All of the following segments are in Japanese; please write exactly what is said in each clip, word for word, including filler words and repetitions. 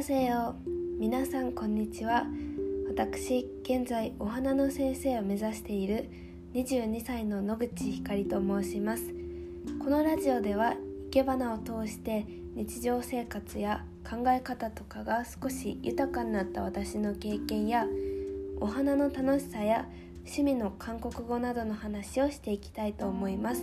せよ。皆さんこんにちは。私、現在お花の先生を目指しているにじゅうにさいの野口ひかりと申します。このラジオでは生け花を通して日常生活や考え方とかが少し豊かになった私の経験やお花の楽しさや趣味の韓国語などの話をしていきたいと思います。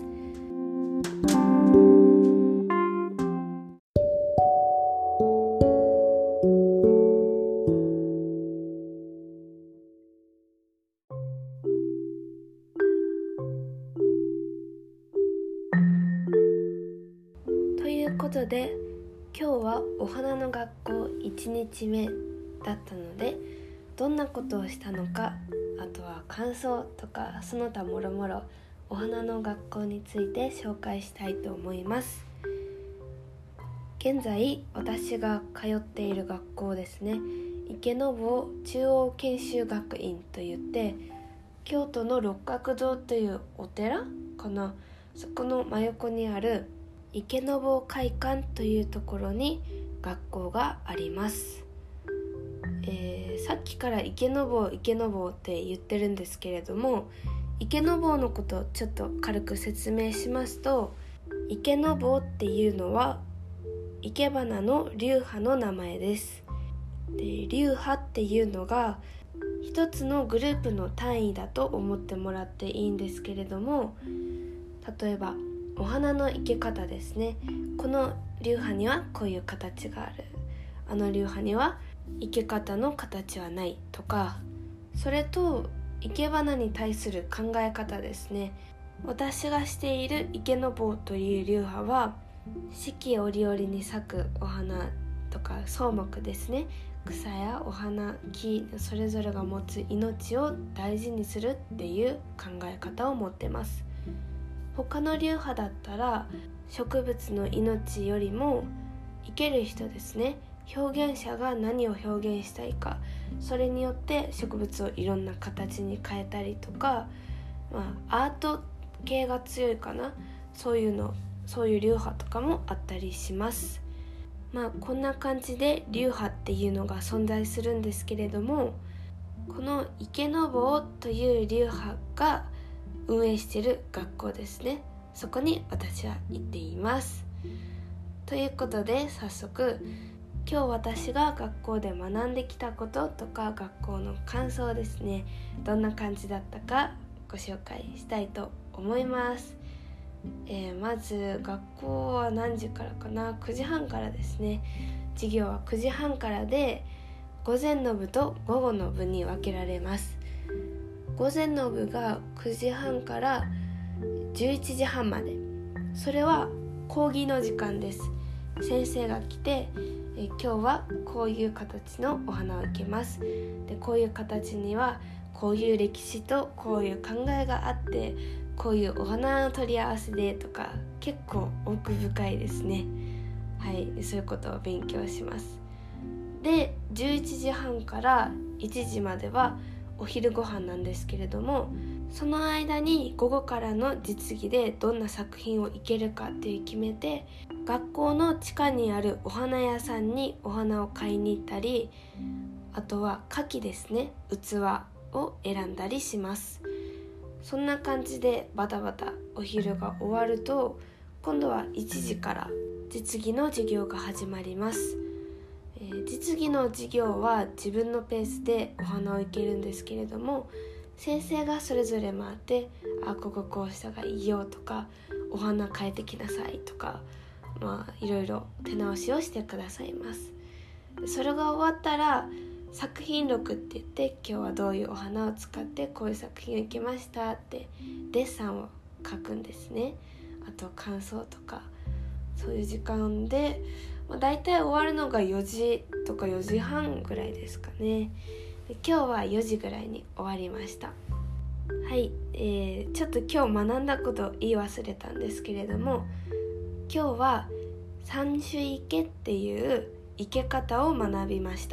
ということで、今日はお花の学校いちにちめだったので、どんなことをしたのか、あとは感想とかその他もろもろお花の学校について紹介したいと思います。現在私が通っている学校ですね、池坊中央研修学院といって、京都の六角堂というお寺かな、そこの真横にある池坊会館というところに学校があります。えー、さっきから池坊池坊って言ってるんですけれども、池坊のことをちょっと軽く説明しますと、池坊っていうのは生け花の流派の名前です。で、流派っていうのが一つのグループの単位だと思ってもらっていいんですけれども、例えばお花の生け方ですね。この流派にはこういう形がある、あの流派には生け方の形はないとか、それと生け花に対する考え方ですね。私がしている池坊という流派は、四季折々に咲くお花とか草木ですね、草やお花、木、それぞれが持つ命を大事にするっていう考え方を持ってます。他の流派だったら、植物の命よりも生ける人ですね、表現者が何を表現したいか、それによって植物をいろんな形に変えたりとか、まあ、アート系が強いかな、そういうのそういう流派とかもあったりします。まあこんな感じで流派っていうのが存在するんですけれども、この池坊という流派が運営している学校ですね、そこに私は行っています。ということで、早速今日私が学校で学んできたこととか学校の感想ですね、どんな感じだったかご紹介したいと思います。えー、まず学校は何時からかな、くじはんからですね。授業はくじはんからで、午前の部と午後の部に分けられます。午前の部がくじはんからじゅういちじはんまで、それは講義の時間です。先生が来て、え今日はこういう形のお花を生けます。で、こういう形にはこういう歴史とこういう考えがあって、こういうお花の取り合わせでとか、結構奥深いですね。はい、そういうことを勉強します。で、じゅういちじはんからいちじまではお昼ご飯なんですけれども、その間に午後からの実技でどんな作品を生けるかっていう決めて、学校の地下にあるお花屋さんにお花を買いに行ったり、あとは花器ですね、器を選んだりします。そんな感じでバタバタお昼が終わると、今度はいちじから実技の授業が始まります。えー、実技の授業は自分のペースでお花を生けるんですけれども、先生がそれぞれ回って、あ、こここうしたがいいよとか、お花変えてきなさいとか、まあいろいろ手直しをしてくださいます。それが終わったら作品録って言って、今日はどういうお花を使ってこういう作品を生けましたってデッサンを書くんですね。あと感想とか、そういう時間で、まあ、だいたい終わるのがよじとかよじはんぐらいですかね。で、今日はよじぐらいに終わりました。はい、えー、ちょっと今日学んだことを言い忘れたんですけれども、今日は三種生けっていう生け方を学びました。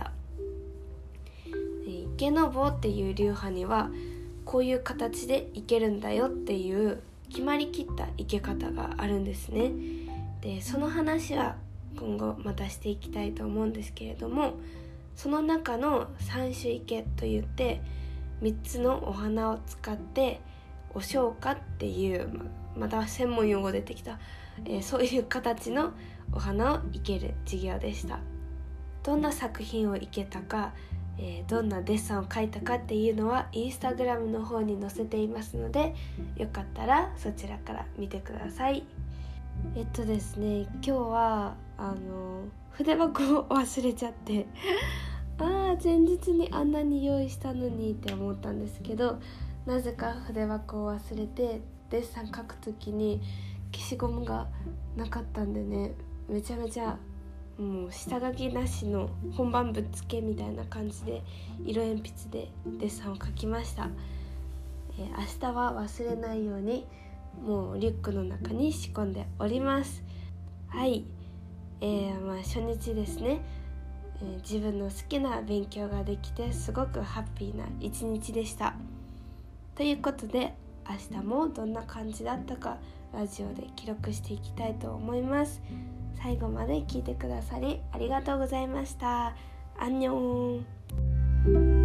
池坊っていう流派にはこういう形で生けるんだよっていう決まりきった生け方があるんですね。で、その話は今後またしていきたいと思うんですけれども、その中の三種池といってみっつのお花を使ってお生花っていうまた専門用語出てきた、えー、そういう形のお花を生ける授業でした。どんな作品を生けたか、えー、どんなデッサンを描いたかっていうのはインスタグラムの方に載せていますので、よかったらそちらから見てください。えっとですね今日はあの筆箱を忘れちゃってあー前日にあんなに用意したのにって思ったんですけど、なぜか筆箱を忘れてデッサン描くときに消しゴムがなかったんでね、めちゃめちゃもう下書きなしの本番ぶっつけみたいな感じで色鉛筆でデッサンを描きました。えー、明日は忘れないようにもうリュックの中に仕込んでおります。はい、えー、まあ初日ですね、えー、自分の好きな勉強ができてすごくハッピーな一日でした。ということで明日もどんな感じだったかラジオで記録していきたいと思います。最後まで聞いてくださりありがとうございました。アンニョン。